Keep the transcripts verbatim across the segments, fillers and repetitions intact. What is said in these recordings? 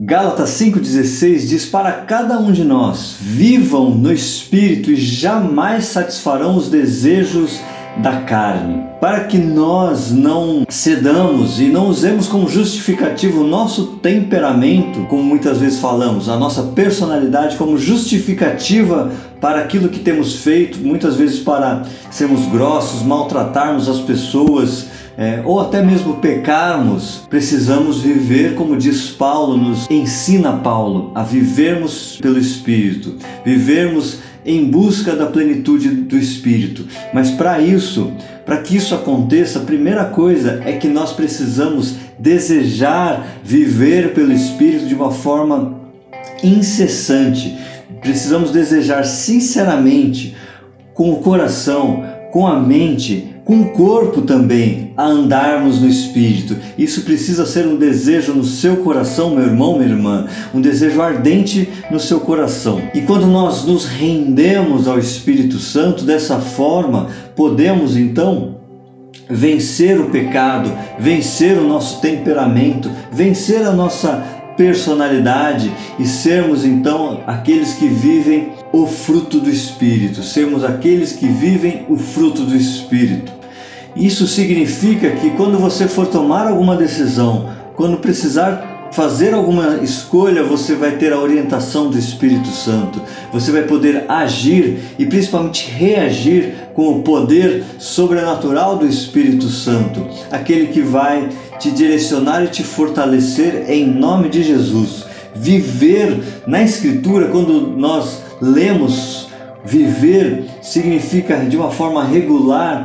Gálatas cinco dezesseis diz: para cada um de nós, vivam no Espírito e jamais satisfarão os desejos da carne, para que nós não cedamos e não usemos como justificativo o nosso temperamento, como muitas vezes falamos, a nossa personalidade como justificativa para aquilo que temos feito, muitas vezes para sermos grossos, maltratarmos as pessoas, é, ou até mesmo pecarmos. Precisamos viver, como diz Paulo, nos ensina Paulo, a vivermos pelo Espírito, vivermos em busca da plenitude do Espírito. Mas para isso, para que isso aconteça, a primeira coisa é que nós precisamos desejar viver pelo Espírito de uma forma incessante. Precisamos desejar sinceramente, com o coração, com a mente, com o corpo também, a andarmos no Espírito. Isso precisa ser um desejo no seu coração, meu irmão, minha irmã, um desejo ardente no seu coração. E quando nós nos rendemos ao Espírito Santo dessa forma, podemos então vencer o pecado, vencer o nosso temperamento, vencer a nossa personalidade e sermos então aqueles que vivem o fruto do Espírito, sermos aqueles que vivem o fruto do Espírito. Isso significa que quando você for tomar alguma decisão, quando precisar fazer alguma escolha, você vai ter a orientação do Espírito Santo. Você vai poder agir e principalmente reagir com o poder sobrenatural do Espírito Santo, aquele que vai te direcionar e te fortalecer em nome de Jesus. Viver na Escritura, quando nós lemos viver, significa de uma forma regular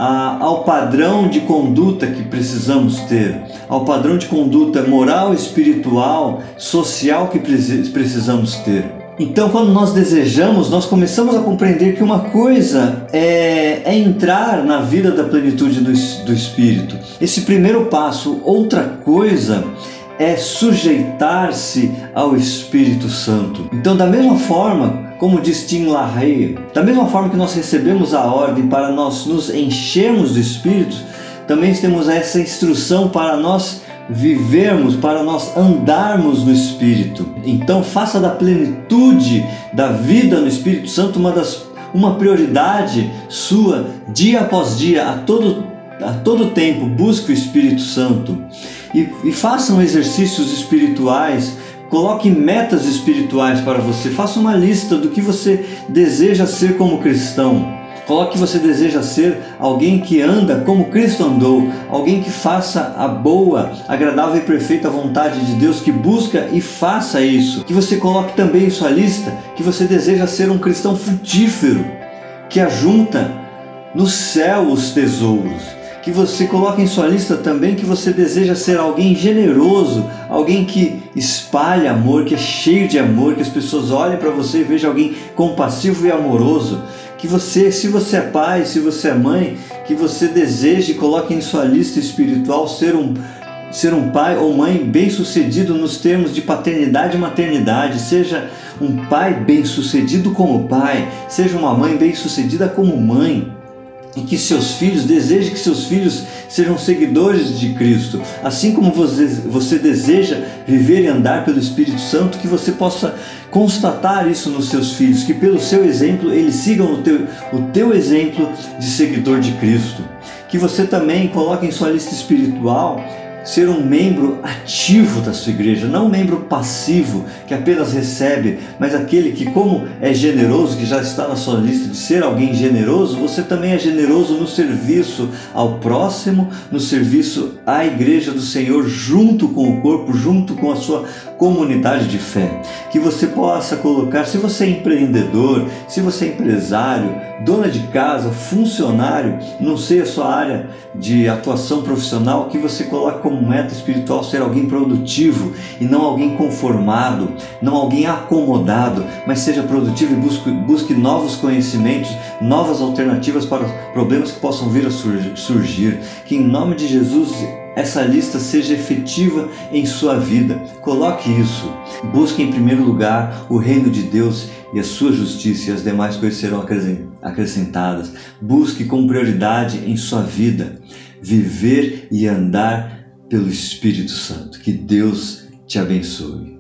ao padrão de conduta que precisamos ter, ao padrão de conduta moral, espiritual, social que precisamos ter. Então, quando nós desejamos, nós começamos a compreender que uma coisa é, é entrar na vida da plenitude do, do Espírito. Esse primeiro passo. Outra coisa é sujeitar-se ao Espírito Santo. Então, da mesma forma, como diz Tim LaHaye, da mesma forma que nós recebemos a ordem para nós nos enchermos do Espírito, também temos essa instrução para nós vivermos, para nós andarmos no Espírito. Então, faça da plenitude da vida no Espírito Santo uma, das, uma prioridade sua, dia após dia, a todo, a todo tempo. Busque o Espírito Santo e, e façam exercícios espirituais. Coloque metas espirituais para você. Faça uma lista do que você deseja ser como cristão. Coloque que você deseja ser alguém que anda como Cristo andou, alguém que faça a boa, agradável e perfeita vontade de Deus, que busca e faça isso. Que você coloque também em sua lista que você deseja ser um cristão frutífero, que ajunta no céu os tesouros. Que você coloque em sua lista também que você deseja ser alguém generoso, alguém que espalha amor, que é cheio de amor, que as pessoas olhem para você e vejam alguém compassivo e amoroso. Que você, se você é pai, se você é mãe, que você deseje e coloque em sua lista espiritual ser um, ser um pai ou mãe bem-sucedido nos termos de paternidade e maternidade. Seja um pai bem-sucedido como pai, seja uma mãe bem-sucedida como mãe. E que seus filhos, deseje que seus filhos sejam seguidores de Cristo. Assim como você, você deseja viver e andar pelo Espírito Santo, que você possa constatar isso nos seus filhos, que pelo seu exemplo eles sigam o teu, o teu exemplo de seguidor de Cristo. Que você também coloque em sua lista espiritual ser um membro ativo da sua igreja, não um membro passivo que apenas recebe, mas aquele que, como é generoso, que já está na sua lista de ser alguém generoso, você também é generoso no serviço ao próximo, no serviço à igreja do Senhor, junto com o corpo, junto com a sua comunidade de fé. Que você possa colocar, se você é empreendedor, se você é empresário, dona de casa, funcionário, não sei a sua área de atuação profissional, que você coloque como meta espiritual ser alguém produtivo e não alguém conformado, não alguém acomodado, mas seja produtivo e busque, busque novos conhecimentos, novas alternativas para problemas que possam vir a surgir. Que em nome de Jesus essa lista seja efetiva em sua vida. Coloque isso. Busque em primeiro lugar o reino de Deus e a sua justiça, e as demais coisas serão acrescentadas. Busque com prioridade em sua vida viver e andar pelo Espírito Santo. Que Deus te abençoe.